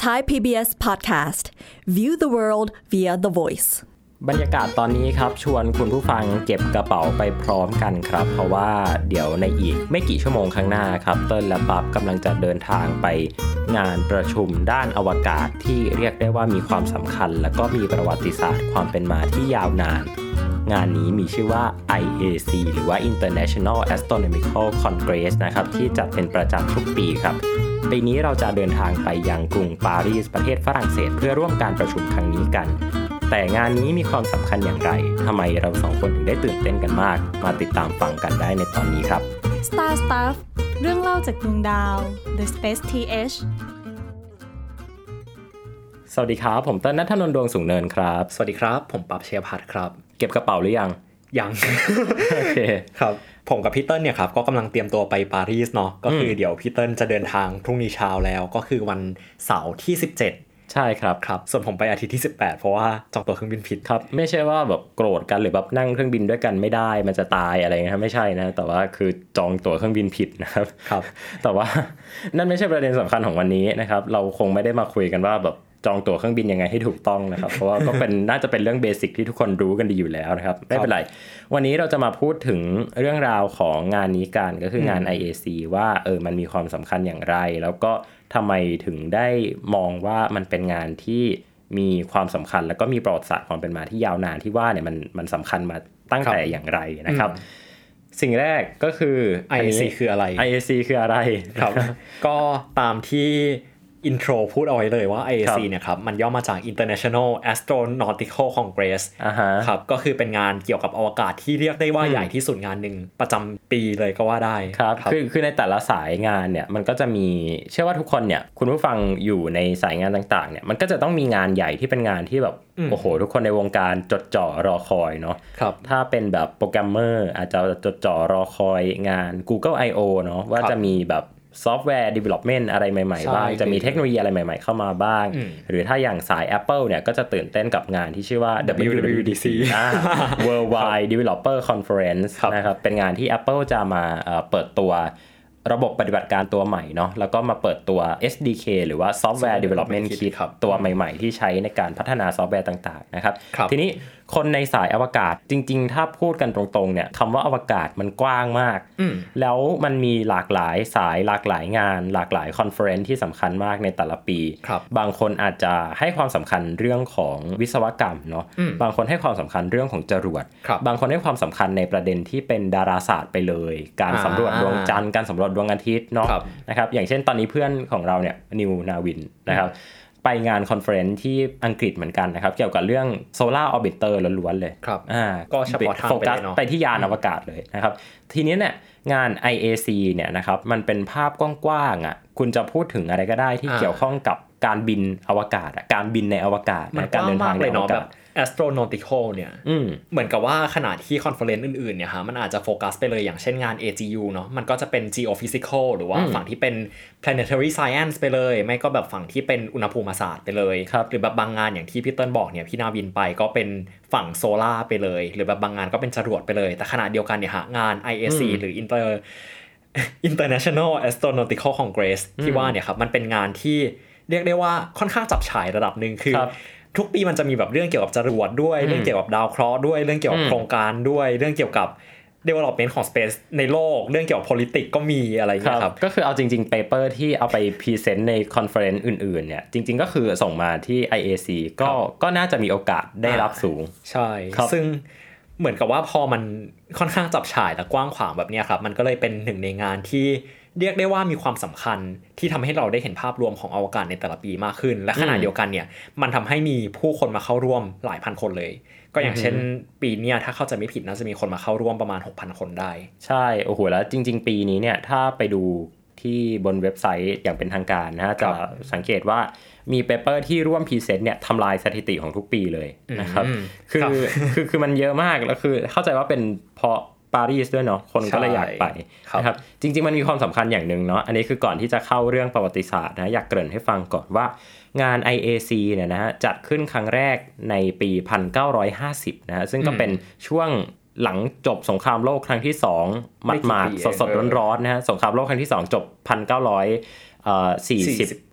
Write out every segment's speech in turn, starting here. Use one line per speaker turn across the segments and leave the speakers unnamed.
Thai PBS Podcast View the world via the voice
บรรยากาศตอนนี้ครับชวนคุณผู้ฟังเก็บกระเป๋าไปพร้อมกันครับเพราะว่าเดี๋ยวในอีกไม่กี่ชั่วโมงข้างหน้าครับเติ้ลและปั๊บกำลังจะเดินทางไปงานประชุมด้านอวกาศที่เรียกได้ว่ามีความสำคัญและก็มีประวัติศาสตร์ความเป็นมาที่ยาวนานงานนี้มีชื่อว่า IAC หรือว่า International Astronomical Congress นะครับที่จัดเป็นประจำทุกปีครับปีนี้เราจะเดินทางไปยังกรุงปารีสประเทศฝรั่งเศสเพื่อร่วมการประชุมครั้งนี้กันแต่งานนี้มีความสำคัญอย่างไรทำไมเราสองคนถึงได้ตื่นเต้นกันมากมาติดตามฟังกันได้ในตอนนี้ครับ
Star Stuff เรื่องเล่าจากดวงดาว The Space TH
สวัสดีครับผมเต้นณัฐนนท์ดวงสูงเนินครับ
สวัสดีครับผมปั๊บเชียร์พัฒน์ครับ
เก็บกระเป๋าหรือยัง
ยัง
โอเค
ครับผมกับพี่เติ้ลเนี่ยครับก็กำลังเตรียมตัวไปปารีสเนาะก็คือเดี๋ยวพี่เติ้ลจะเดินทางพรุ่งนี้เช้าแล้วก็คือวันเสาร์ที่17ใช่ครับส่วนผมไปอาทิตย์ที่18เพราะว่าจองตั๋วเครื่องบินผิด
ครับไม่ใช่ว่าแบบโกรธกันหรือแบบนั่งเครื่องบินด้วยกันไม่ได้มันจะตายอะไรเงี้ยไม่ใช่นะแต่ว่าคือจองตั๋วเครื่องบินผิดนะครับแต่ว่านั่นไม่ใช่ประเด็นสำคัญของวันนี้นะครับเราคงไม่ได้มาคุยกันว่าแบบจองตั๋วเครื่องบินยังไงให้ถูกต้องนะครับเพราะว่าก็เป็นน่าจะเป็นเรื่องเบสิกที่ทุกคนรู้กันดีอยู่แล้วนะครับไม่เป็นไรวันนี้เราจะมาพูดถึงเรื่องราวของงานนี้กันก็คืองาน IAC ว่ามันมีความสำคัญอย่างไรแล้วก็ทำไมถึงได้มองว่ามันเป็นงานที่มีความสำคัญแล้วก็มีประวัติศาสตร์ความเป็นมาที่ยาวนานที่ว่าเนี่ยมันสำคัญมาตั้งแต่อย่างไรนะครับสิ่งแรกก็คือ
IAC คืออะไร
IAC คืออะไร
ครับ ก็ตามที่อินโทรพูดเอาไว้เลยว่า IAC เนี่ยครับมันย่อมาจาก International Astronautical Congress ครับก็คือเป็นงานเกี่ยวกับอวกาศที่เรียกได้ว่าใหญ่ที่สุดงานหนึ่งประจำปีเลยก็ว่าได้
ครับคือในแต่ละสายงานเนี่ยมันก็จะมีเชื่อว่าทุกคนเนี่ยคุณผู้ฟังอยู่ในสายงานต่างๆเนี่ยมันก็จะต้องมีงานใหญ่ที่เป็นงานที่แบบโอ้โหทุกคนในวงการจดจ่อรอคอยเนาะถ้าเป็นแบบโปรแกรมเมอร์อาจจะจดจ่อรอคอยงาน Google I/O เนาะว่าจะมีแบบซอฟต์แวร์ development อะไรใหม่ๆบ้างจะมีเทคโนโลยีอะไรใหม่ๆเข้ามาบ้างหรือถ้าอย่างสาย Apple เนี่ยก็จะตื่นเต้นกับงานที่ชื่อว่า WWDC Worldwide Developer Conference นะครับเป็นงานที่ Apple จะมาเปิดตัวระบบปฏิบัติการตัวใหม่เนาะแล้วก็มาเปิดตัว SDK หรือว่า Software Development Kit ตัวใหม่ๆที่ใช้ในการพัฒนาซอฟต์แวร์ต่างๆนะครับทีนี้คนในสายอวกาศจริงๆถ้าพูดกันตรงๆเนี่ยคำว่าอวกาศมันกว้างมากแล้วมันมีหลากหลายสายหลากหลายงานหลากหลายคอนเฟอเรนซ์ที่สำคัญมากในแต่ละปีบางคนอาจจะให้ความสำคัญเรื่องของวิศวกรรมเนาะบางคนให้ความสำคัญเรื่องของจรวดบางคนให้ความสำคัญในประเด็นที่เป็นดาราศาสตร์ไปเลยการสำรวจดวงจันทร์การสำรวจดวงอาทิตย์เนาะนะครับอย่างเช่นตอนนี้เพื่อนของเราเนี่ยนิวนาวินนะครับไปงานคอนเฟอเรนซ์ที่อังกฤษเหมือนกันนะครับเกี่ยวกับเรื่อง Solar Orbiter ล้วนๆเลย
ครับก็เฉพาะทาง
โฟกัสไปที่ยานอวกาศเลยนะครับทีนี้เนี่ยงาน IAC เนี่ยนะครับมันเป็นภาพกว้างๆอ่ะคุณจะพูดถึงอะไรก็ได้ที่เกี่ยวข้องกับการบินอวกาศการบินในอวกาศการเดินทางในอวกาศ
astronautical เนี่ยเหมือนกับว่าขณะที่คอนเฟอเรนซ์อื่นๆเนี่ยฮะมันอาจจะโฟกัสไปเลยอย่างเช่นงาน AGU เนาะมันก็จะเป็น geophysical หรือว่าฝั่งที่เป็น planetary science ไปเลยไม่ก็แบบฝั่งที่เป็นอุณหภูมิศาสตร์ไปเลยหรือแบบบางงานอย่างที่พี่เติ้ลบอกเนี่ยพี่นาวินไปก็เป็นฝั่งโซล่าไปเลยหรือแบบบางงานก็เป็นจรวดไปเลยแต่ขณะเดียวกันเนี่ยฮะงาน IAC หรือ International Astronautical Congress ที่ว่าเนี่ยครับมันเป็นงานที่เรียกได้ว่าค่อนข้างจับฉ่ายระดับนึงคือทุกปีมันจะมีแบบเรื่องเกี่ยวกับจรวดด้วยเรื่องเกี่ยวกับดาวเคราะห์ด้วยเรื่องเกี่ยวกับโครงการด้วยเรื่องเกี่ยวกับ development ของ space ในโลกเรื่องเกี่ยวกับ politics ก็มีอะไรอย่างเงี้ยครับ
ก็คือเอาจริงๆ paper ที่เอาไปพรีเซนต์ในคอนเฟอเรนซ์อื่นๆเนี่ยจริงๆก็คือส่งมาที่ IAC ก็น่าจะมีโอกาสได้รับสูง
ใช่ซึ่งเหมือนกับว่าพอมันค่อนข้างจับฉ่ายและกว้างขวางแบบนี้ครับมันก็เลยเป็นหนึ่งในงานที่เรียกได้ว่ามีความสำคัญที่ทำให้เราได้เห็นภาพรวมของอวกาศในแต่ละปีมากขึ้นและขณะเดียวกันเนี่ยมันทำให้มีผู้คนมาเข้าร่วมหลายพันคนเลยก็อย่างเช่นปีนี้ถ้าเข้าใจไม่ผิดน่าจะมีคนมาเข้าร่วมประมาณ 6,000 คนได้
ใช่โอ้โหแล้วจริงๆปีนี้เนี่ยถ้าไปดูที่บนเว็บไซต์อย่างเป็นทางการนะจะสังเกตว่ามีเปเปอร์ที่ร่วมพรีเซนต์เนี่ยทำลายสถิติของทุกปีเลยนะครับคือมันเยอะมากแล้วคือเข้าใจว่าเป็นเพราะปารีสด้วยเนาะคนก็เลยอยากไปนะครับจริงๆมันมีความสำคัญอย่างนึงเนาะอันนี้คือก่อนที่จะเข้าเรื่องประวัติศาสตร์นะอยากเกริ่นให้ฟังก่อนว่างาน IAC เนี่ยนะฮะจัดขึ้นครั้งแรกในปี1950นะฮะซึ่งก็เป็นช่วงหลังจบสงครามโลกครั้งที่2หมาดๆสดๆร้อนๆนะฮะสงครามโลกครั้งที่2จบ1940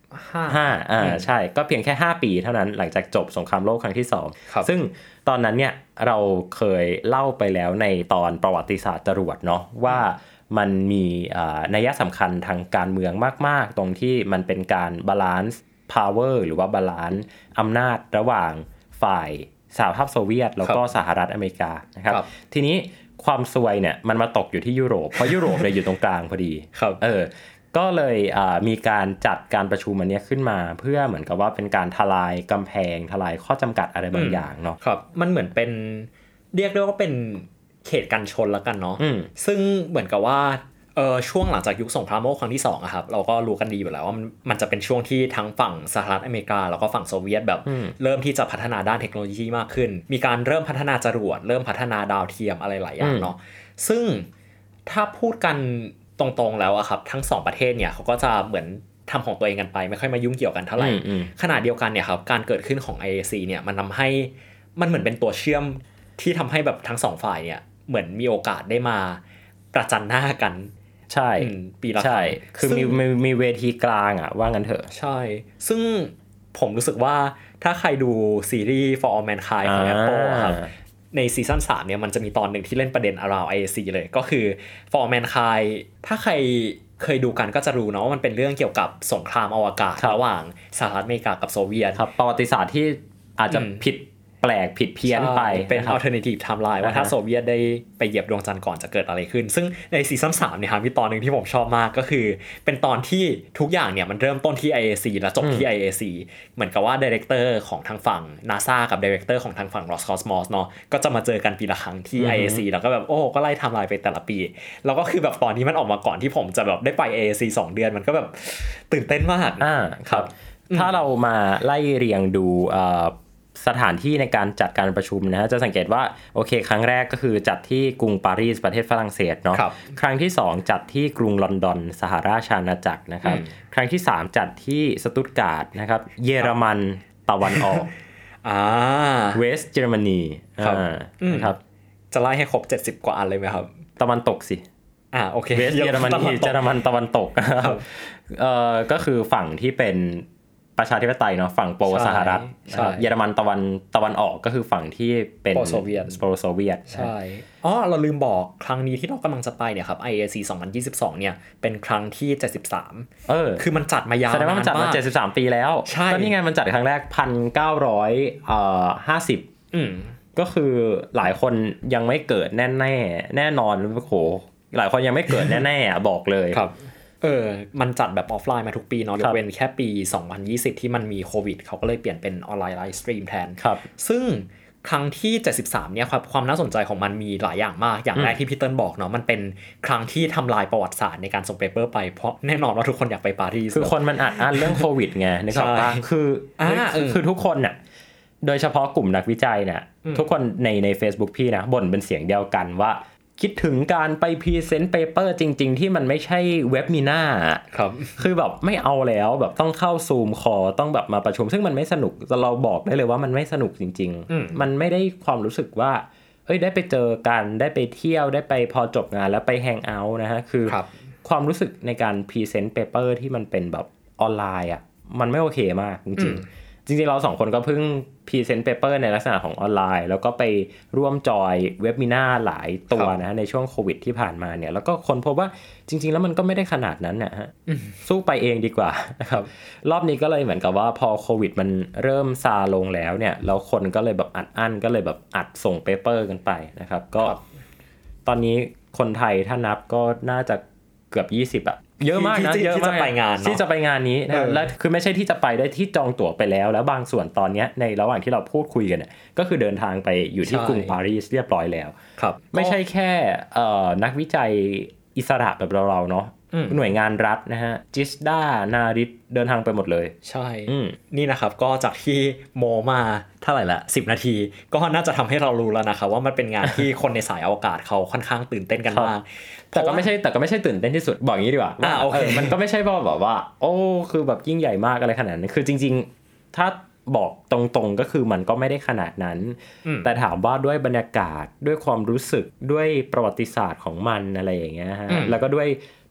5ใช่ก็เพียงแค่5ปีเท่านั้นหลังจากจบสงครามโลกครั้งที่2ซึ่งตอนนั้นเนี่ยเราเคยเล่าไปแล้วในตอนประวัติศาสตร์จรวดเนาะว่ามันมีนัยสำคัญทางการเมืองมากๆตรงที่มันเป็นการบาลานซ์ power หรือว่าบาลานซ์อำนาจระหว่างฝ่ายสหภาพโซเวียตแล้วก็สหรัฐอเมริกานะครับทีนี้ความซวยเนี่ยมันมาตกอยู่ที่ยุโรปเพราะยุโรปเนี่ยอยู่ตรงกลางพอดีก็เลยมีการจัดการประชุมอันนี้ขึ้นมาเพื่อเหมือนกับว่าเป็นการทลายกำแพงทลายข้อจำกัดอะไรบางอย่างเนาะ
ครับมันเหมือนเป็นเรียกได้ว่าเป็นเขตกันชนแล้วกันเนาะซึ่งเหมือนกับว่าช่วงหลังจากยุคสงครามโลกครั้งที่2อะครับเราก็รู้กันดีอยู่แล้วว่ามันจะเป็นช่วงที่ทั้งฝั่งสหรัฐอเมริกาแล้วก็ฝั่งโซเวียตแบบเริ่มที่จะพัฒนาด้านเทคโนโลยีมากขึ้นมีการเริ่มพัฒนาจรวดเริ่มพัฒนาดาวเทียมอะไรหลายอย่างเนาะซึ่งถ้าพูดกันตรงๆแล้วอะครับทั้ง2ประเทศเนี่ยเขาก็จะเหมือนทำของตัวเองกันไปไม่ค่อยมายุ่งเกี่ยวกันเท่าไหร่ขณะเดียวกันเนี่ยครับการเกิดขึ้นของ IAC เนี่ยมันทำให้มันเหมือนเป็นตัวเชื่อมที่ทำให้แบบทั้ง2ฝ่ายเนี่ยเหมือนมีโอกาสได้มาประจันหน้ากัน
ใช่
ปีละ
ใช่คือมีเวทีกลางอ่ะว่างั้นเถอะ
ใช่ซึ่งผมรู้สึกว่าถ้าใครดูซีรีส์ For All Mankind ของ Apple ครับในซีซั่น3เนี่ยมันจะมีตอนหนึ่งที่เล่นประเด็น around IAC เลยก็คือ For All Mankind ถ้าใครเคยดูกันก็จะรู้เนาะว่ามันเป็นเรื่องเกี่ยวกับสงครามอวกาศระหว่างสหรัฐอเมริกากับโซเวียต
ครับประวัติศาสตร์ที่อาจจะผิดแปลกผิดเพี้ยนไป
เป็น alternative timeline ว่าถ้าโซเวียตได้ไปเหยียบดวงจันทร์ก่อนจะเกิดอะไรขึ้นซึ่งในซีซั่น3เนี่ยครับมีตอนนึงที่ผมชอบมากก็คือเป็นตอนที่ทุกอย่างเนี่ยมันเริ่มต้นที่ IAC และจบที่ IAC เหมือนกับว่า director ของทางฝั่ง NASA กับ director ของทางฝั่ง Roscosmos เนาะก็จะมาเจอกันปีละครั้งที่ IAC แล้วก็แบบโอ้ก็ไล่ไทม์ไลน์ไปแต่ละปีแล้วก็คือแบบตอนนี้มันออกมาก่อนที่ผมจะแบบได้ไป IAC 2 เดือนมันก็แบบตื่นเต้นมาก
ครับถ้าเรามาไล่เรียงดูสถานที่ในการจัดการประชุมนะฮะจะสังเกตว่าโอเคครั้งแรกก็คือจัดที่กรุงปารีสประเทศฝรั่งเศสเนาะครั้งที่2จัดที่กรุงลอนดอนสหราชอาณาจักรนะครับครั้งที่3จัดที่สตุตการ์ดนะครับเยอรมันตะวันออกเวสต์เยอรมนีนะครับ
จะไล่ให้ครบ70กว่าอันเลยไหมครับ
ตะวันตกสิ
โอเค
เวสต์เยอรมนีเยอรมันตะวันตกก็คือฝั่งที่เป็นประชาธิปไตยเนาะฝั่งโปรสหรัฐเยอรมันตะวันออกก็คือฝั่งที่เป็น
โปรโซเวียตใช่เราลืมบอกครั้งนี้ที่เรากำลังจะไปเนี่ยครับ IAC 2022เนี่ยเป็นครั้งที่73คือมันจัดมายาว
แสดงว่ามันจัดมา73ปีแล้วก็นี่ไงมันจัดครั้งแรก 1950ก็คือหลายคนยังไม่เกิดแน่นอนโหหลายคนยังไม่เกิดแน่ๆบอกเลย
ครับมันจัดแบบออฟไลน์มาทุกปีเนาะยกเว้นแค่ปี2020ที่มันมีโควิดเขาก็เลยเปลี่ยนเป็นออนไลน์ไลฟ์สตรีมแทนซึ่งครั้งที่73เนี่ยครับความน่าสนใจของมันมีหลายอย่างมากอย่างแรกที่พี่เติ้ลบอกเนาะมันเป็นครั้งที่ทำลายประวัติศาสตร์ในการส่งเปเปอร์ไปเพราะแน่นอนว่าทุกคนอยากไปปารีส
คือคนมันอัดเรื่องโควิดไงนึกออกป่ะคือทุกคนน่ะโดยเฉพาะกลุ่มนักวิจัยเนี่ยทุกคนใน Facebook พี่นะบ่นเป็นเสียงเดียวกันว่าคิดถึงการไปพรีเซนต์เปเปอร์จริงๆที่มันไม่ใช่เว็บมีนา
ครับ
คือแบบไม่เอาแล้วแบบต้องเข้าซูมคอต้องแบบมาประชุมซึ่งมันไม่สนุกเราบอกได้เลยว่ามันไม่สนุกจริงๆมันไม่ได้ความรู้สึกว่าได้ไปเจอกันได้ไปเที่ยวได้ไปพอจบงานแล้วไปแฮงเอาท์นะฮะคือความรู้สึกในการพรีเซนต์เปเปอร์ที่มันเป็นแบบออนไลน์อ่ะมันไม่โอเคมากจริงๆเรา2คนก็เพิ่งพรีเซนต์เปเปอร์ในลักษณะของออนไลน์แล้วก็ไปร่วมจอยเว็บมีนาหลายตัวนะในช่วงโควิดที่ผ่านมาเนี่ยแล้วก็คนพบว่าจริงๆแล้วมันก็ไม่ได้ขนาดนั้นนะฮะสู้ไปเองดีกว่านะครับรอบนี้ก็เลยเหมือนกับว่าพอโควิดมันเริ่มซาลงแล้วเนี่ยแล้วคนก็เลยแบบอัดอั้นก็เลยแบบอัดส่งเปเปอร์กันไปนะครับก็ตอนนี้คนไทยถ้านับก็น่าจะเกือบ20เยอะมากนะเยอะมากที่จะไปงานนี้นะและคือไม่ใช่ที่จะไปได้ที่จองตั๋วไปแล้วบางส่วนตอนนี้ในระหว่างที่เราพูดคุยกันเนี่ยก็คือเดินทางไปอยู่ที่กรุงปารีสเรียบร้อยแล้วไม่ใช่แค่นักวิจัยอิสระแบบเราเนาะหน่วยงานรัฐนะฮะจิสดานาริตเดินทางไปหมดเลย
ใช่นี่นะครับก็จากที่โมมาเท่าไหร่ละ10นาทีก็น่าจะทำให้เรารู้แล้วนะครับว่ามันเป็นงานที่คนในสายอวกาศเขาค่อนข้างตื่นเต้นกันมาก
แต่ก็ไม่ใช่ตื่นเต้นที่สุดบอกอย่างนี้ดีกว่ามันก็ไม่ใช่แบบว่าโอ้คือแบบยิ่งใหญ่มากอะไรขนาดนั้นคือจริงๆถ้าบอกตรงๆก็คือมันก็ไม่ได้ขนาดนั้นแต่ถามว่าด้วยบรรยากาศด้วยความรู้สึกด้วยประวัติศาสตร์ของมันอะไรอย่างเงี้ยฮะแล้วก็ด้วย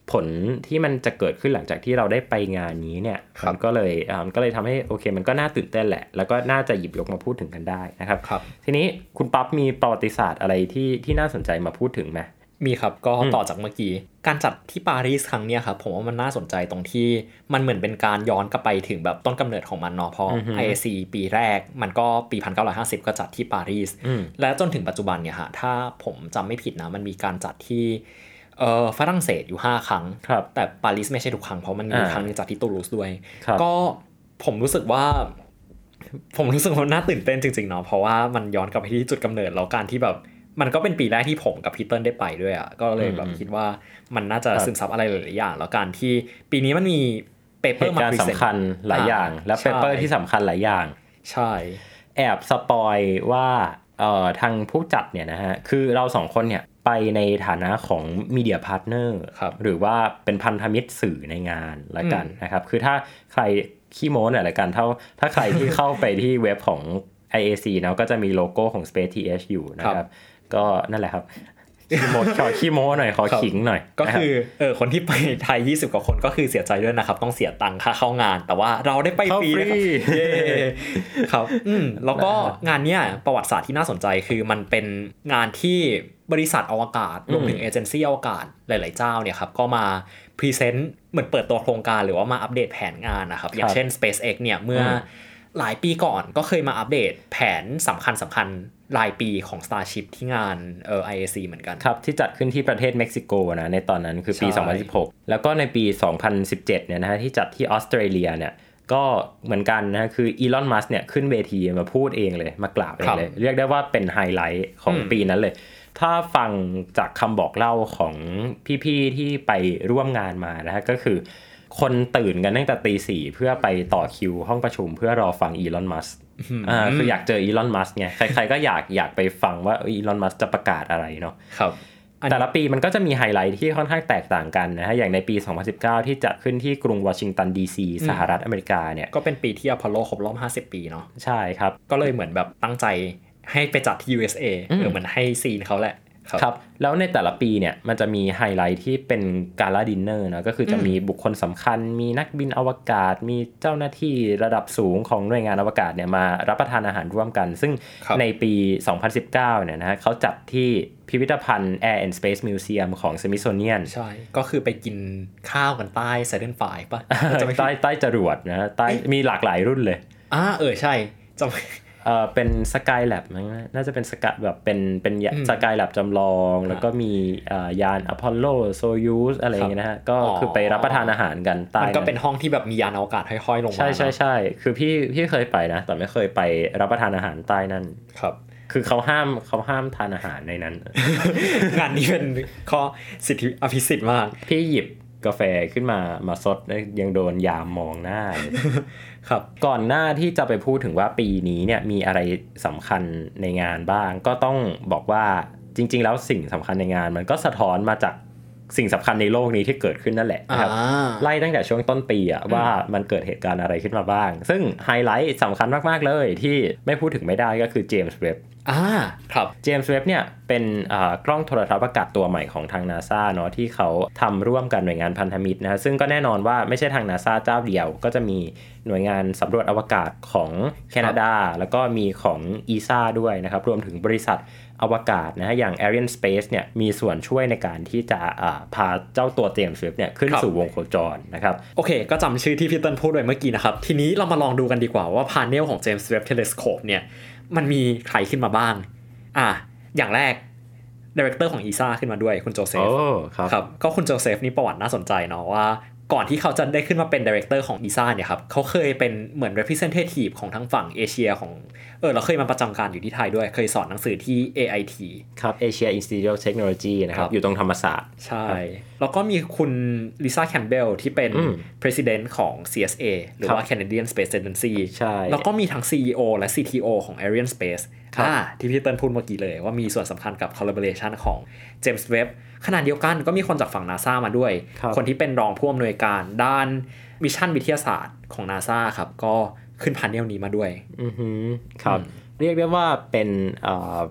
ผลที่มันจะเกิดขึ้นหลังจากที่เราได้ไปงานนี้เนี่ยมันก็เลยทำให้โอเคมันก็น่าตื่นเต้นแหละแล้วก็น่าจะหยิบยกมาพูดถึงกันได้นะครับทีนี้คุณป๊อปมีประวัติศาสตร์อะไรที่น่าสนใจมาพูดถึงไหม
มีครับก็ต่อจากเมื่อกี้การจัดที่ปารีสครั้งเนี้ยครับผมว่ามันน่าสนใจตรงที่มันเหมือนเป็นการย้อนกลับไปถึงแบบต้นกำเนิดของมันเนาะเพราะ IAC ปีแรกมันก็ปี1950ก็จัดที่ปารีสและจนถึงปัจจุบันเนี่ยฮะถ้าผมจำไม่ผิดนะมันมีการจัดที่ฝรั่งเศสอยู่5ครั้งแต่ปารีสไม่ใช่ทุกครั้งเพราะมันมีครั้งนึงจัดที่ตูลูสด้วยก็ผมรู้สึกว่าน่าตื่นเต้นจริงๆเนาะเพราะว่ามันย้อนกลับไปที่จุดกำเนิดแล้วการที่แบบมันก็เป็นปีแรกที่ผมกับพีเติ้ลได้ไปด้วยอ่ะก็เลยแบบคิดว่ามันน่าจะซึมซับอะไรหลายๆอย่างแล้วการที่ปีนี้มันมีเปเปอร์มาพรีเซนต์
สำคัญหลายอย่างและเปเปอร์ที่สำคัญหลายอย่าง
ใช่
แอบสปอยว่าทางผู้จัดเนี่ยนะฮะคือเราสองคนเนี่ยไปในฐานะของมีเดียพาร์ทเนอร์หรือว่าเป็นพันธมิตรสื่อในงานละกันนะครับคือถ้าใครขี้โม้หน่อยละกันถ้าใครที่เข้าไปที่เว็บของ IAC เนาะก็จะมีโลโก้ของ Space TH อยู่นะครับก็นั่นแหละครับขี้โม้หน่อยขอขิงหน่อย
ก็คือคนที่ไปไทย20กว่าคนก็คือเสียใจด้วยนะครับต้องเสียตังค่าเข้างานแต่ว่าเราได้ไปฟรีนะครับเย้ครับแล้วก็งานเนี้ยประวัติศาสตร์ที่น่าสนใจคือมันเป็นงานที่บริษัทอวกาศรวมถึงเอเจนซี่อวกาศหลายๆเจ้าเนี่ยครับก็มาพรีเซนต์เหมือนเปิดตัวโครงการหรือว่ามาอัปเดตแผนงานนะครับอย่างเช่น SpaceX เนี่ยเมื่อหลายปีก่อนก็เคยมาอัปเดตแผนสำคัญรายปีของ Starship ที่งาน IAC เหมือนกัน
ครับที่จัดขึ้นที่ประเทศเม็กซิโกนะในตอนนั้นคือปี2016แล้วก็ในปี2017เนี่ยนะฮะที่จัดที่ออสเตรเลียเนี่ยก็เหมือนกันนะคืออีลอนมัสก์เนี่ยขึ้นเวทีมาพูดเองเลยมากล่าวเองเลยเรียกได้ว่าเป็นไฮไลท์ของปีนั้นเลยถ้าฟังจากคำบอกเล่าของพี่ๆที่ไปร่วมงานมานะฮะก็คือคนตื่นกันตั้งแต่ตี 4เพื่อไปต่อคิวห้องประชุมเพื่อรอฟังอีลอนมัสก์คืออยากเจออีลอนมัสก์ไงใครๆก็อยากไปฟังว่าอีลอนมัสก์จะประกาศอะไรเนาะ
ครับ
แต่ละปีมันก็จะมีไฮไลท์ที่ค่อนข้างแตกต่างกันนะฮะอย่างในปี2019ที่จัดขึ้นที่กรุงวอชิงตันดีซีสหรัฐอเมริกาเนี่ย
ก็เป็นปีที่อพอลโลครบรอบ50ปีเนาะ
ใช่ครับ
ก็เลยเหมือนแบบตั้งใจให้ไปจัดที่ USA เหมือนให้ซีนเขาแหละ
ครับแล้วในแต่ละปีเนี่ยมันจะมีไฮไลท์ที่เป็นกาลาดินเนอร์นะก็คือจะมีบุคคลสำคัญมีนักบินอวกาศมีเจ้าหน้าที่ระดับสูงของหน่วยงานอวกาศเนี่ยมารับประทานอาหารร่วมกันซึ่งในปี2019เนี่ยนะฮะเขาจัดที่พิพิธภัณฑ์ Air and Space Museum ของ Smithsonian
ใช่ก็คือไปกินข้าวกันใต้ Saturn V ป่ะ
ใต้จรวดนะใต้มีหลากหลายรุ่นเลย
ใช่
เป็นสกายแลบมั้งน่าจะเป็นสกายแบบเป็นสกายแลบจำลองแล้วก็มียานอพอลโลโซยูสอะไรอย่างเงี้ยนะฮะก็คือไปรับประทานอาหารกันใต้
มันก็เป็นห้องที่แบบมียานอวกาศห้อยๆลงมา
ใช่คือพี่เคยไปนะแต่ไม่เคยไปรับประทานอาหารใต้นั่น
ครับ
คือเขาห้ามทานอาหารในนั้น
งานนี้เป็นข้อสิทธิอภิสิทธิ์มาก
พี่หยิบกาแฟขึ้นมาซดยังโดนยามมองหน้า
ครับ
ก่อนหน้าที่จะไปพูดถึงว่าปีนี้เนี่ยมีอะไรสำคัญในงานบ้างก็ต้องบอกว่าจริงๆแล้วสิ่งสำคัญในงานมันก็สะท้อนมาจากสิ่งสำคัญในโลกนี้ที่เกิดขึ้นนั่นแหละนะครับไล่ตั้งแต่ช่วงต้นปีอะว่ามันเกิดเหตุการณ์อะไรขึ้นมาบ้างซึ่งไฮไลท์สำคัญมากๆเลยที่ไม่พูดถึงไม่ได้ก็คือเจมส์เว็บ
ครับ
เจมส์เว็บเนี่ยเป็นกล้องโทรทัศน์อากาศตัวใหม่ของทาง NASA เนาะที่เขาทำร่วมกันหน่วยงานพันธมิตรนะซึ่งก็แน่นอนว่าไม่ใช่ทาง NASA เจ้าเดียวก็จะมีหน่วยงานสำรวจอวกาศของแคนาดาแล้วก็มีของ ESA ด้วยนะครับรวมถึงบริษัทอวกาศนะฮะอย่าง Ariane Space เนี่ยมีส่วนช่วยในการที่จะพาเจ้าตัวเจมส์เว็บเนี่ยขึ้นสู่วงโคจรนะครับ
โอเคก็จำชื่อที่พี่เติ้ลพูดไว้เมื่อกี้นะครับทีนี้เรามาลองดูกันดีกว่าว่าพาเนลของ James Webb Telescope เนี่ยมันมีใครขึ้นมาบ้างอย่างแรก Director ของ ESA ขึ้นมาด้วยคุณโจเซฟครับก็คุณโจเซฟนี่ประวัติน่าสนใจเนาะว่าก่อนที่เขาจะได้ขึ้นมาเป็น Director ของ ESA เนี่ยครับเขาเคยเป็นเหมือน Representative ของทั้งฝั่งเอเชียของเราเคยมาประจำการอยู่ที่ไทยด้วยเคยสอนหนังสือที่ AIT
ครับ Asia Institute of Technology นะครับอยู่ตรงธรรมศาสตร์
ใช่แล้วก็มีคุณลิซ่าแคมเบลที่เป็น President ของ CSA หรือว่า Canadian Space Agency
ใช่
แล้วก็มีทั้ง CEO และ CTO ของ Ariane Space ที่พี่เติ้ลพูดเมื่อกี้เลยว่ามีส่วนสำคัญกับ collaboration ของ James Webb ขณะเดียวกันก็มีคนจากฝั่ง NASA มาด้วยคนที่เป็นรองผู้อำนวยการด้านมิชชั่นวิทยาศาสตร์ของ NASA ครับก็ขึ้นพาเนลนี้มาด้วย
ครับเรียกได้ว่าเป็น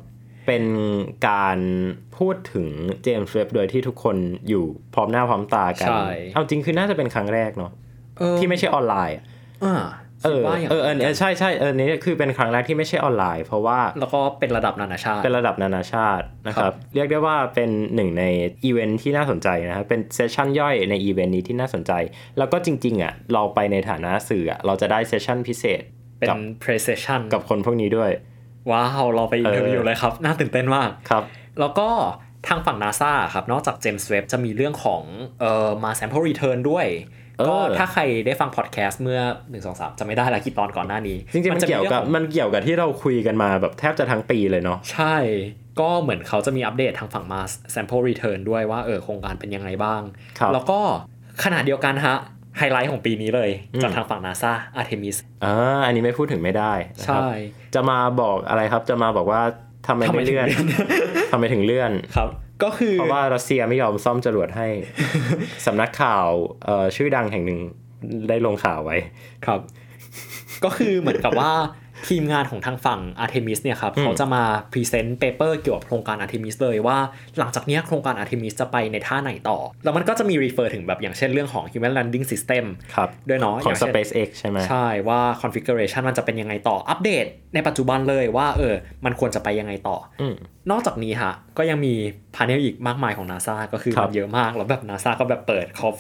เป็นการพูดถึงเจมส์เว็บโดยที่ทุกคนอยู่พร้อมหน้าพร้อมตากันเอาจริงคือน่าจะเป็นครั้งแรกเนาะที่ไม่ใช่ออนไลน์ใช่นี่คือเป็นครั้งแรกที่ไม่ใช่ออนไลน์เพราะว่า
แล้วก็เป็นระดับนานาชาติ
นะครับเรียกได้ว่าเป็นหนึ่งในอีเวนท์ที่น่าสนใจนะครับเป็นเซสชั่นย่อยในอีเวนท์นี้ที่น่าสนใจแล้วก็จริงๆอ่ะเราไปในฐานะสื่อเราจะได้เซสชั่นพิเศษ
เป็น pre-session
กับคนพวกนี้ด้วย
ว้าวเราไปอินเทอร์วิวเลยครับน่าตื่นเต้นมาก
ครับ
แล้วก็ทางฝั่ง NASA ครับนอกจาก James Webb จะมีเรื่องของมา sample return ด้วยก็ถ้าใครได้ฟังพอดแคสต์เมื่อ1 2 3จะไม่ได้ละกี่ตอนก่อนหน้านี้
จริงๆมันเกี่ยวกับที่เราคุยกันมาแบบแทบจะทั้งปีเลยเนาะ
ใช่ก็เหมือนเขาจะมีอัปเดตทางฝั่ง Mars Sample Return ด้วยว่าโครงการเป็นยังไงบ้างแล้วก็ขณะเดียวกันฮะไฮไลท์ของปีนี้เลยจากทางฝั่ง NASA Artemis
อันนี้ไม่พูดถึงไม่ได้
ใช่
จะมาบอกอะไรครับจะมาบอกว่าทำไมไม่เลื่อนทำไมถึงเลื่อน
ครับก็คือ
เพราะว่ารัสเซียไม่ยอมซ่อมจรวดให้ สำนักข่าวชื่อดังแห่งหนึ่งได้ลงข่าวไว้
ครับก็คือเหมือนกับว่าทีมงานของทางฝั่ง Artemis เนี่ยครับเขาจะมาพรีเซนต์เปเปอร์เกี่ยวกับโครงการ Artemis เลยว่าหลังจากนี้โครงการ Artemis จะไปในท่าไหนต่อแล้วมันก็จะมี refer ถึงแบบอย่างเช่นเรื่องของ Human Landing System ด้วยเนาะ
ของ SpaceX ใช่ไหม
ใช่ว่า configuration มันจะเป็นยังไงต่ออัปเดตในปัจจุบันเลยว่ามันควรจะไปยังไงต่อนอกจากนี้ฮะก็ยังมีพาเนลอีกมากมายของ NASA ก็คือมันเยอะมากแล้วแบบ NASA ก็แบบเปิด call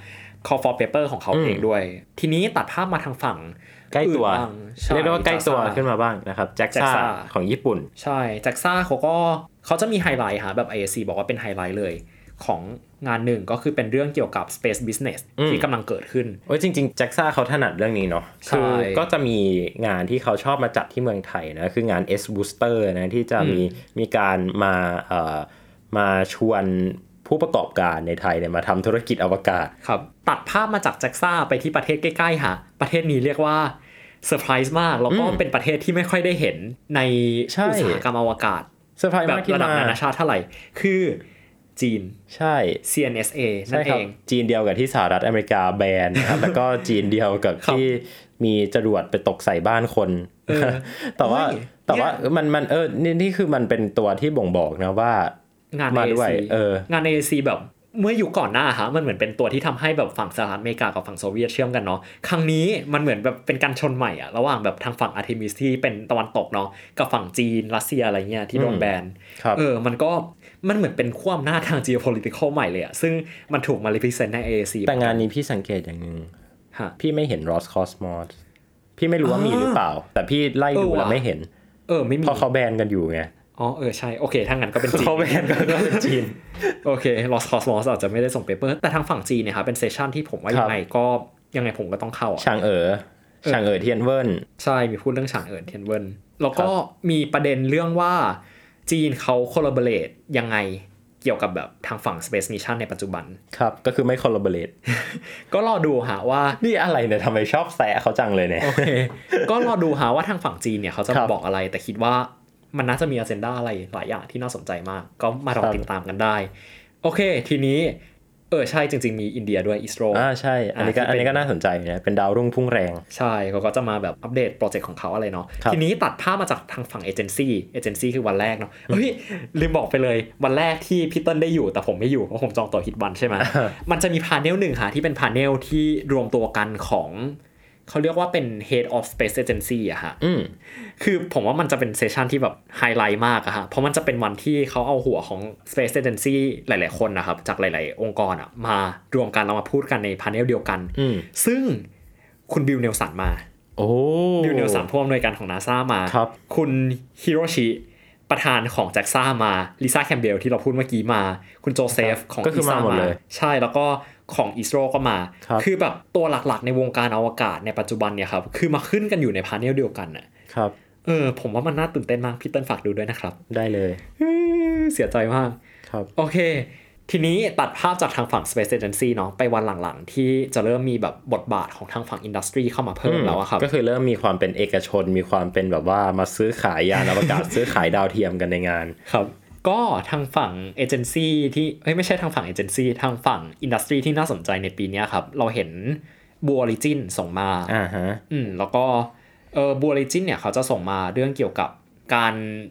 for paper ของเขาเองด้วยทีนี้ตัดภาพมาทางฝั่ง
ใกล้ตัวเรียกได้ว่าใกล้ตัวขึ้นมาบ้างนะครับแจ็คซ่าของญี่ปุ่น
ใช่แจ็คซ่าเขาจะมีไฮไลท์ฮะแบบ IAC บอกว่าเป็นไฮไลท์เลยของงานหนึ่งก็คือเป็นเรื่องเกี่ยวกับ space business ที่กำลังเกิดขึ้น
จริงๆแจ็คซ่าเขาถนัดเรื่องนี้เนาะคือก็จะมีงานที่เขาชอบมาจัดที่เมืองไทยนะคืองาน S Booster นะที่จะมีการมาชวนผู้ประกอบการในไทยเนี่ยมาทำธุรกิจอวกาศ
ครับตัดภาพมาจากแจ็คซ่าไปที่ประเทศใกล้ๆฮะประเทศนี้เรียกว่าเซอร์ไพรส์มากแล้วก็เป็นประเทศที่ไม่ค่อยได้เห็นในอุตสาหกรรมอวกาศ
เซอร์ไพรส์มากที่
ระดับนานาชาติเท่าไหร่คือจีน
ใช่
CNSA นั่นเอง
จีนเดียวกับที่สหรัฐอเมริกาแบนนะครับแล้วก็จีนเดียวกับที่มีจรวดไปตกใส่บ้านคนแต่ว่ามันนี่คือมันเป็นตัวที่บ่งบอกนะว่าง
าน AAC งาน AAC แบบเมื่อยุคก่อนหน้าฮะมันเหมือนเป็นตัวที่ทำให้แบบฝั่งสหรัฐอเมริกากับฝั่งโซเวียตเชื่อมกันเนาะครั้งนี้มันเหมือนแบบเป็นการชนใหม่อะระหว่างแบบทางฝั่ง Artemis ที่เป็นตะวันตกเนาะกับฝั่งจีนรัสเซียอะไรเงี้ยที่โดนแบนมันเหมือนเป็นขั้วอำนาจทาง geopolitical ใหม่เลยอะซึ่งมันถูกมา represent ใน AAC
แต่งานนี้พี่สังเกตอย่างนึงพี่ไม่เห็น Roscosmos พี่ไม่รู้ว่ามีหรือเปล่าแต่พี่ไล่ดูแล้วไม่เห็น
ไม่มี
เพราะเขาแบนกันอยู่ไง
ใช่โอเคถ้างั้นก็เป็นจีน
เขาแบนก็เป็นจีน
โอเค Lost Cosmos อาจจะไม่ได้ส่งเปเปอร์แต่ทางฝั่งจีนเนี่ยครับเป็นเซสชั่นที่ผมว่ายังไงผมก็ต้องเข้า
ฉางเอ๋อเทียนเวิน
ใช่มีพูดเรื่องฉางเอ๋อเทียนเวินแล้วก็มีประเด็นเรื่องว่าจีนเขา collaborate ยังไงเกี่ยวกับแบบทางฝั่ง Space Mission ในปัจจุบัน
ครับก็คือไม่ collaborate
ก็รอดูหาว่า
นี่อะไรเนี่ยทำไมชอบแซะเขาจังเลยเนี่ย
โอเคก็รอดูหาว่าทางฝั่งจีนเนี่ยเขาจะบอกอะไรแต่คิดว่ามันน่าจะมี agenda อะไรหลายอย่างที่น่าสนใจมากก็มาลองติดตามกันได้โอเคทีนี้ใช่จริงๆมีอินเดียด้วย ISRO
ใช่อันนี้ก็น่าสนใจนะเป็นดาวรุ่งพุ่งแรง
ใช่เขาก็จะมาแบบอัปเดตโปรเจกต์ของเขาอะไรเนาะทีนี้ตัดภาพมาจากทางฝั่งเอเจนซี่คือวันแรกเนาะลืมบอกไปเลยวันแรกที่พี่เติ้ลได้อยู่แต่ผมไม่อยู่เพราะผมจองตั๋วฮิตวันใช่ไหม มันจะมีพาเนลหนึ่งค่ะที่เป็นพาเนลที่รวมตัวกันของเขาเรียกว่าเป็น Head of Space Agency อะฮะคือผมว่ามันจะเป็นเซสชันที่แบบไฮไลท์มากอะฮะเพราะมันจะเป็นวันที่เขาเอาหัวของ Space Agency หลายๆคนนะครับจากหลายๆองค์กรอะมารวมกันเรามาพูดกันในพาเนลเดียวกันซึ่งคุณบิลเนลสันมาบิลเนลสันผู้อำนวยการของ NASA มาคุณฮิโรชิประธานของแจ็คซ่ามาลิซ่าแคมเบลที่เราพูดเมื่อกี้มาคุณโจเซฟของ
อีซ่ามา
ใช่แล้วก็ของ ISRO ก็มาคือแบบตัวหลักๆในวงการอวกาศในปัจจุบันเนี่ยครับคือมาขึ้นกันอยู่ในพาเนลเดียวกันน่ะ
ครับ
ผมว่ามันน่าตื่นเต้นมากพี่เติ้ลฝากดูด้วยนะครับ
ได้เลย
เสียใจมาก
ครับ
โอเคทีนี้ตัดภาพจากทางฝั่ง Space Agency เนาะไปวันหลังๆที่จะเริ่มมีแบบบทบาทของทางฝั่งอินดัสทรีเข้ามาเพิ่มแล้วครับ
ก็คือเริ่มมีความเป็นเอกชนมีความเป็นแบบว่ามาซื้อขายยานอวกาศ ซื้อขายดาวเทียมกันในงาน
ครับก็ทางฝั่งเอเจนซี่ที่ไม่ใช่ทางฝั่งเอเจนซี่ทางฝั่งอินดัสทรีที่น่าสนใจในปีนี้ครับเราเห็น Blue Origin ส่งมาแล้วก็Blue Origin เนี่ยเขาจะส่งมาเรื่องเกี่ยวกับการ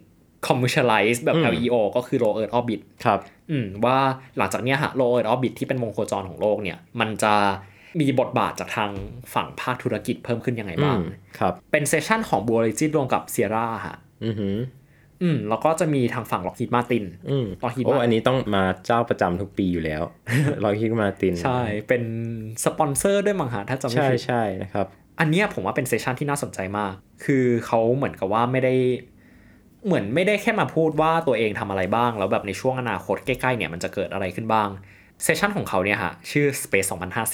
commercialize แบบ LEO ก็คือ low earth orbit
ครับ
ว่าหลังจากนี้ฮะ low earth orbit ที่เป็นวงโคจรของโลกเนี่ยมันจะมีบทบาทจากทางฝั่งภาคธุรกิจเพิ่มขึ้นยังไงบ้าง
ครับ
เป็นเซสชั่นของ Blue Origin รวมกับ Sierra ฮะแล้วก็จะมีทางฝั่ง Lockheed Martin
โอ้อันนี้ต้องมาเจ้าประจำทุกปีอยู่แล้ว Lockheed Martin
ใช่เป็นสปอนเซอร์ด้วยมั้งฮะถ้าจำไม่ผิด
ใช่นะครับ
อันเนี้ยผมว่าเป็นเซสชั่นที่น่าสนใจมากคือเขาเหมือนกับว่าไม่ได้แค่มาพูดว่าตัวเองทำอะไรบ้างแล้วแบบในช่วงอนาคตใกล้ๆเนี่ยมันจะเกิดอะไรขึ้นบ้างเซสชั่นของเขาเนี่ยฮะชื่อ Space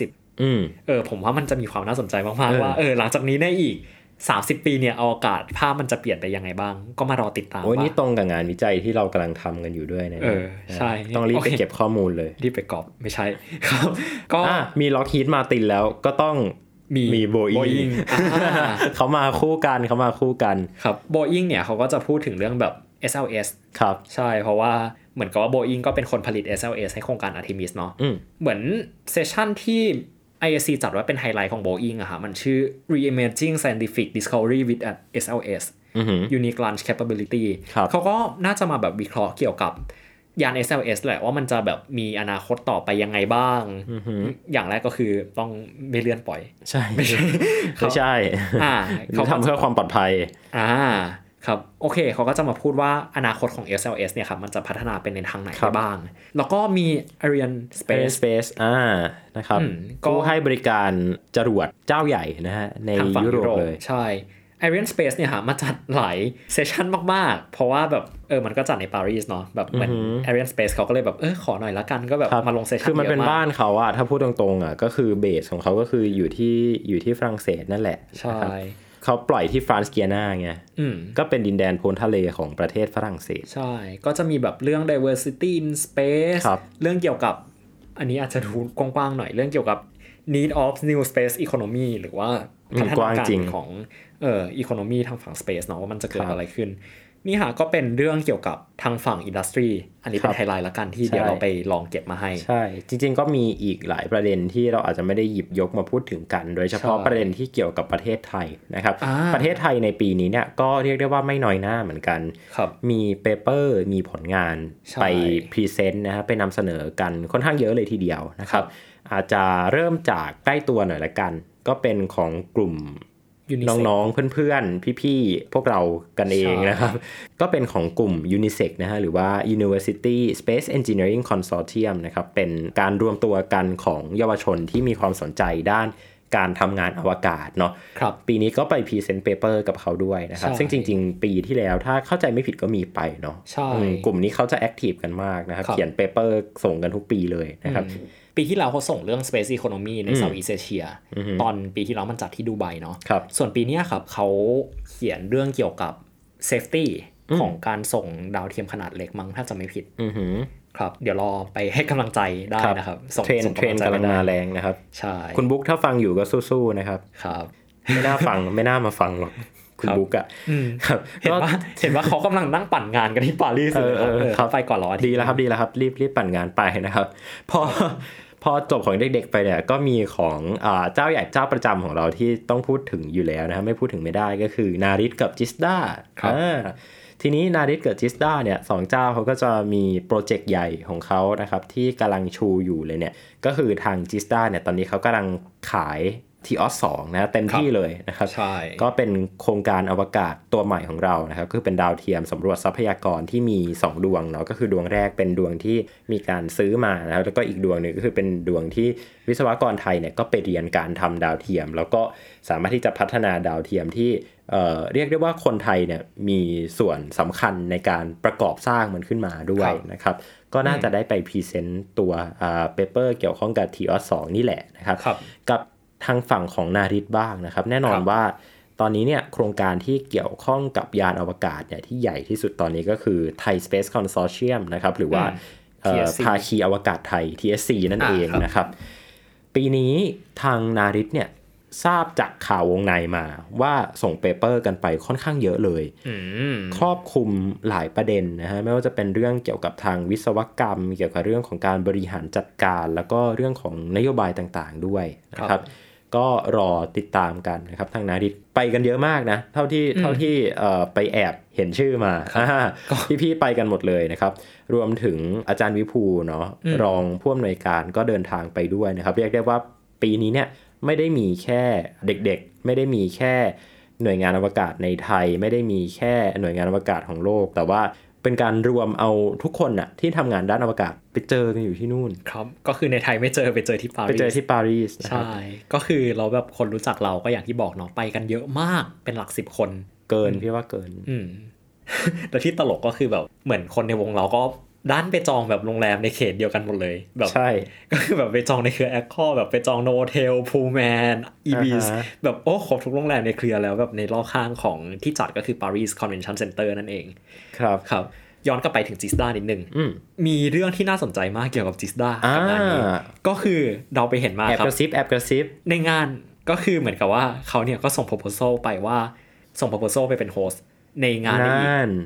2050ผมว่ามันจะมีความน่าสนใจมากๆว่าหลังจากนี้ในอีก30 ปีเนี่ยอวกาศภาพมันจะเปลี่ยนไปยังไงบ้างก็มารอติดตาม
โอ้ยนี่ตรงกับงานวิจัยที่เรากำลังทำกันอยู่ด้วยนะ
ใช่
ต้องรีบไปเก็บข้อมูลเลย
รีบไปกอบไม่ใช่ครับก็
มี Lockheed Martin แล้วก็ต้องมี Boeing เขามาคู่กัน
ครับ Boeing เนี่ยเขาก็จะพูดถึงเรื่องแบบ SLS
ครับ
ใช่เพราะว่าเหมือนกับว่า Boeing ก็เป็นคนผลิต SLS ให้โครงการ Artemis เนาะเหมือนเซสชั่นที่ ISC จัดว่าเป็นไฮไลท์ของ Boeing อะฮะมันชื่อ Reimagining Scientific Discovery with SLS Unique Launch Capability เขาก็น่าจะมาแบบวิเคราะห์เกี่ยวกับยาน SLS แหละว่ามันจะแบบมีอนาคตต่อไปยังไงบ้างอย่างแรกก็คือต้องไม่เลื่อนปล่อย
ใช่ไม่ใช่เขาทำเพื่อความปลอดภัย
ครับโอเคเขาก็จะมาพูดว่าอนาคตของ SLS เนี่ยครับมันจะพัฒนาเป็นในทางไหนบ้างแล้วก็มี Ariane
Space นะครับก็ให้บริการจรวดเจ้าใหญ่นะฮะในยุโรปเลย
ใช่ Ariane Space เนี่ยฮะมาจัดหลายเซสชั่นมากๆเพราะว่าแบบมันก็จัดในปารีสเนาะแบบเหมือน Ariane Space เขาก็เลยแบบขอหน่อยละกันก็แบบมาลงเซสชั่น
คือมันเป็นบ้านเขาอะถ้าพูดตรงๆอะก็คือเบสของเขาก็คืออยู่ที่ฝรั่งเศสนั่นแหละ
ใช่
เขาปล่อยที่ฟรานซ์เกียนาไงก็เป็นดินแดนโพ้นทะเลของประเทศฝรั่งเศส
ใช่ก็จะมีแบบเรื่อง diversity in space เรื่องเกี่ยวกับอันนี้อาจจะดูกว้างๆหน่อยเรื่องเกี่ยวกับ need of new space economy หรือว่าพัฒนาการของeconomy ทางฝั่ง space เนาะว่ามันจะเกิดอะไรขึ้นนี่ฮะก็เป็นเรื่องเกี่ยวกับทางฝั่งอินดัสทรีอันนี้เป็นไฮไลท์ละกันที่เดี๋ยวเราไปลองเก็บมาให้
ใช่จริงๆก็มีอีกหลายประเด็นที่เราอาจจะไม่ได้หยิบยกมาพูดถึงกันโดยเฉพาะประเด็นที่เกี่ยวกับประเทศไทยนะครับประเทศไทยในปีนี้เนี่ยก็เรียกได้ว่าไม่น้อยหน้าเหมือนกันมีเปเปอร์มีผลงานไปพรีเซนต์นะฮะไปนำเสนอกันค่อนข้างเยอะเลยทีเดียวนะครับอาจจะเริ่มจากใกล้ตัวหน่อยละกันก็เป็นของกลุ่มน้องๆเพื่อนๆพี่ๆพวกเรากันเองนะครับก็เป็นของกลุ่ม UNISEC นะฮะหรือว่า University Space Engineering Consortium นะครับเป็นการรวมตัวกันของเยาวชนที่มีความสนใจด้านการทำงานอวกาศเนาะปีนี้ก็ไปพรีเซนต์เปเปอร์กับเขาด้วยนะครับซึ่งจริงๆปีที่แล้วถ้าเข้าใจไม่ผิดก็มีไปเนาะกลุ่มนี้เขาจะแอคทีฟกันมากนะครับเขียนเปเปอร์ส่งกันทุกปีเลยนะครับ
ปีที่แล้วเขาส่งเรื่อง Space Economy ใน Southeast Asia ตอนปีที่แล้วมันจัดที่ดูไบเนาะส่วนปีนี้ครับเขาเขียนเรื่องเกี่ยวกับ Safety ของการส่งดาวเทียมขนาดเล็กมั้งถ้าจะไม่ผิดครับเดี๋ยวรอไปให้กำลังใจได้นะครับ
ส่งเทรนกำลังมาแรงนะครับ
ใช่
คุณบุ๊กถ้าฟังอยู่ก็สู้ๆนะครับ
ครับ
ไม่น่าฟังไม่น่ามาฟังหรอกคุณบุ๊กอ่ะ
เห็นว่าเขากำลังนั่งปั่นงานกันที่ปารีส
ครับ
ไปก่อนรอ
ดีแล้วครับรีบปั่นงานไปนะครับพอจบของเด็กๆไปเนี่ยก็มีของเจ้าใหญ่เจ้าประจำของเราที่ต้องพูดถึงอยู่แล้วนะครับไม่พูดถึงไม่ได้ก็คือนาริสกับจิสดาทีนี้นาริสกับจิสดาเนี่ย2เจ้าเขาก็จะมีโปรเจกต์ใหญ่ของเขานะครับที่กำลังชูอยู่เลยเนี่ยก็คือทางจิสดาเนี่ยตอนนี้เขากำลังขายTEOS 2นะเต็มที่เลยนะครับก็เป็นโครงการอวกาศตัวใหม่ของเรานะครับคือเป็นดาวเทียมสำรวจทรัพยากรที่มี2ดวงเนาะก็คือดวงแรกเป็นดวงที่มีการซื้อมานะครับแล้วก็อีกดวงนึงก็คือเป็นดวงที่วิศวกรไทยเนี่ยก็ไปเรียนการทำดาวเทียมแล้วก็สามารถที่จะพัฒนาดาวเทียมที่เรียกได้ว่าคนไทยเนี่ยมีส่วนสำคัญในการประกอบสร้างมันขึ้นมาด้วยนะครับก็น่าจะได้ไปพรีเซนต์ตัวเปเปอร์เกี่ยวข้องกับ TEOS 2นี่แหละนะครับกับทางฝั่งของนาริสบ้างนะครับแน่นอนว่าตอนนี้เนี่ยโครงการที่เกี่ยวข้องกับยานอวกาศเนี่ยที่ใหญ่ที่สุดตอนนี้ก็คือ Thai Space Consortium นะครับหรือว่าภาคีอวกาศไทย TSC นั่นเองนะครับปีนี้ทางนาริสเนี่ยทราบจากข่าววงในมาว่าส่งเปเปอร์กันไปค่อนข้างเยอะเลยครอบคลุมหลายประเด็นนะฮะไม่ว่าจะเป็นเรื่องเกี่ยวกับทางวิศวกรรมเกี่ยวกับเรื่องของการบริหารจัดการแล้วก็เรื่องของนโยบายต่างๆด้วยนะครับก็รอติดตามกันนะครับทางนาดิตไปกันเยอะมากนะเท่าที่ไปแอบเห็นชื่อมาพี่ๆไปกันหมดเลยนะครับรวมถึงอาจารย์วิภูเนาะรองผู้อำนวยการก็เดินทางไปด้วยนะครับเรียกได้ว่าปีนี้เนี่ยไม่ได้มีแค่เด็กๆไม่ได้มีแค่หน่วยงานอวกาศในไทยไม่ได้มีแค่หน่วยงานอวกาศของโลกแต่ว่าเป็นการรวมเอาทุกคนน่ะที่ทำงานด้านอวกาศไปเจอกันอยู่ที่นู่น
ครับก็คือในไทยไม่เจอไปเจอที่ปา
รีส
ใช่ก็คือเราแบบคนรู้จักเราก็อย่างที่บอกเนาะไปกันเยอะมากเป็นหลัก10คน
เกินพี่ว่าเกิน
แต่ที่ตลกก็คือแบบเหมือนคนในวงเราก็ด้านไปจองแบบโรงแรมในเขตเดียวกันหมดเลยแบบ
ใช่
ก็คือแบบไปจองในเครือแอคคอร์แบบไปจองโนเทลพูลแมนอีบีสแบบโอ้ครบทุกโรงแรมในเครือแล้วแบบในรอบข้างของที่จัดก็คือ Paris Convention Center นั่นเองครับย้อนกลับไปถึงจิสดานิดนึงมีเรื่องที่น่าสนใจมากเกี่ยวกับจิสดากับงานนี้ก็คือเราไปเห็นมาครับ
แอบกระซิบ
ในงานก็คือเหมือนกับว่าเขาเนี่ยก็ส่ง proposal ไปว่าส่ง proposal ไปเป็นโฮสต์ในงานนี้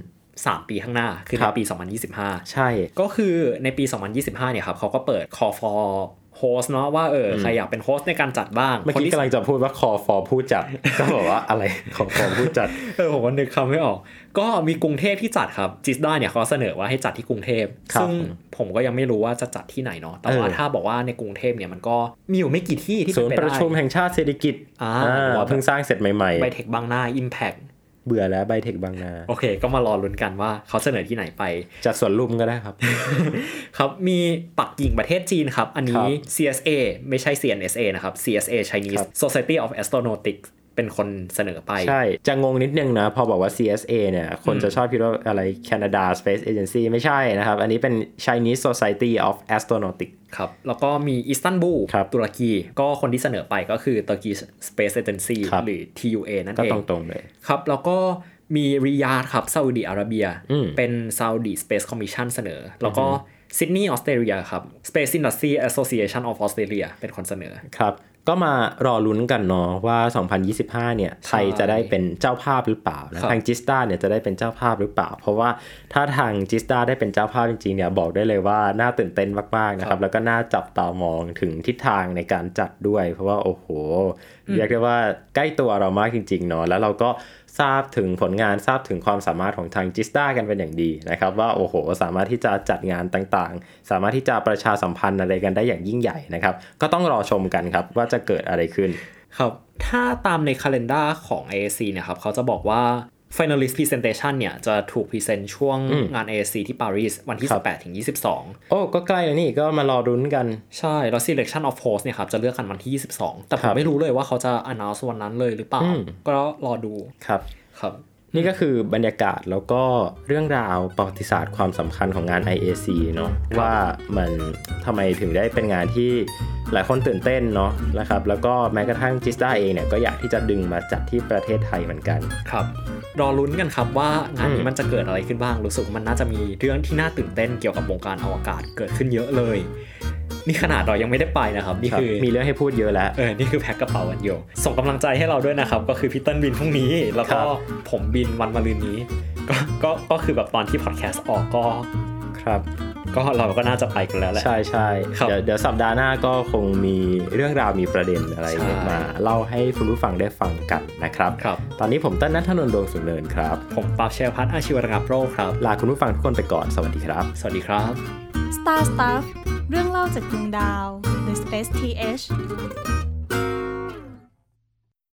3 ปีข้างหน้าคือในปี2025
ใช่
ก็คือในปี2025เนี่ยครับเขาก็เปิด call for host เนาะว่าใครอยากเป็นโฮสต์ในการจัดบ้าง
เมื่อกี้กำลังจะพูดว่า call for ผู้จัดก็บอกว่าอะไร call for ผู้จัด
ผมก็นึกคำไม่ออกก็มีกรุงเทพที่จัดครับจิสดาเนี่ยเขาเสนอว่าให้จัดที่กรุงเทพซึ่งผมก็ยังไม่รู้ว่าจะจัดที่ไหนเนาะแต่ว่าถ้าบอกว่าในกรุงเทพเนี่ยมันก็มีอยู่ไม่กี่ที่ที่
เป็นไปได้ศูนย์ประชุมแห่งชาติเศรษฐกิจเพิ่งสร้างเสร็จใหม่ๆ
ไบเทคบางนา Impact
เบื่อแล้วไบเทคบางนา
โอเคก็มารอลุ้นกันว่าเขาเสนอที่ไหนไป
จัดสวนลุมก็ได้ครับ
ครับมีปักกิ่งประเทศจีนครับอันนี้ CSA ไม่ใช่ CNSA นะครับ CSA Chinese Society of Astronautics เป็นคนเสนอไป
ใช่จะงงนิดนึงนะพอบอกว่า CSA เนี่ยคนจะชอบคิดว่าอะไร Canada Space Agency ไม่ใช่นะครับอันนี้เป็น Chinese Society of Astronautics
ครับแล้วก็มีอิสตันบูลตุรกีก็คนที่เสนอไปก็คือ Turkish Space Agency หรือ TUA นั่นเอง
ก็ตรงๆเลย
ครับแล้วก็มีริยาดครับซาอุดิอาระเบียเป็น Saudi Space Commission เสนอแล้วก็ซิดนีย์ออสเตรเลียครับ Space Industry Association of Australia เป็นคนเสนอ
ครับก็มารอลุ้นกันเนาะว่า2025เนี่ยไทยจะได้เป็นเจ้าภาพหรือเปล่านะทางจิสดาเนี่ยจะได้เป็นเจ้าภาพหรือเปล่าเพราะว่าถ้าทางจิสดาได้เป็นเจ้าภาพจริงๆเนี่ยบอกได้เลยว่าน่าตื่นเต้นมากๆนะครับแล้วก็น่าจับตามองถึงทิศทางในการจัดด้วยเพราะว่าโอ้โหเรียกได้ว่าใกล้ตัวเรามากจริงๆเนาะแล้วเราก็ทราบถึงผลงานทราบถึงความสามารถของทางจิสดากันเป็นอย่างดีนะครับว่าโอ้โหสามารถที่จะจัดงานต่างๆสามารถที่จะประชาสัมพันธ์อะไรกันได้อย่างยิ่งใหญ่นะครับก็ต้องรอชมกันครับว่าจะเกิดอะไรขึ้น
ครับถ้าตามใน calendar ของ AAC เนี่ยครับเขาจะบอกว่า finalist presentation เนี่ยจะถูกพรีเซนต์ช่วงงาน AAC ที่ปารีสวันที่18ถึง22
โอ้ก็ใกล้แล้วนี่ก็มารอรุ้นกัน
ใช่แล้ว selection of host เนี่ยครับจะเลือกกันวันที่22แต่ผมไม่รู้เลยว่าเขาจะ announce วันนั้นเลยหรือเปล่าก็รอดู
ครับนี่ก็คือบรรยากาศแล้วก็เรื่องราวประวัติศาสตร์ความสำคัญของงาน IAC เนาะว่ามันทำไมถึงได้เป็นงานที่หลายคนตื่นเต้นเนาะนะครับแล้วก็แม้กระทั่งจิสดาเองเนี่ยก็อยากที่จะดึงมาจัดที่ประเทศไทยเหมือนกัน
ครับรอลุ้นกันครับว่างานนี้มันจะเกิดอะไรขึ้นบ้างรู้สึกมันน่าจะมีเรื่องที่น่าตื่นเต้นเกี่ยวกับวงการอวกาศเกิดขึ้นเยอะเลยนี่ขนาดเรายังไม่ได้ไปนะครับนี่คือ
มีเรื่องให้พูดเยอะแล้ว
นี่คือแพ็คกระเป๋าวันเดียวส่งกำลังใจให้เราด้วยนะครับก็คือพี่เติ้ลบินพรุ่งนี้แล้วก็ผมบินวันมะรืนนี้ก็คือแบบตอนที่พอดแคสต์ออกก็
ครับ
ก็เราก็น่าจะไปกันแล้วแหละ
ใช่ๆเดี๋ยวสัปดาห์หน้าก็คงมีเรื่องราวมีประเด็นอะไรมาเล่าให้คุณผู้ฟังได้ฟังกันนะครับตอนนี้ผมเติ้ลณัฐนนท์ ดวงสุนเนินครับ
ผมปาล์ม เชลพัฒน์ อาชีวระงับโรคครับ
ลาคุณผู้ฟังทุกคนไปก่อนสวัสดีครับ
สวัสดีครับ
Star Stuff เรื่องเล่าจากดวงดาว The Space TH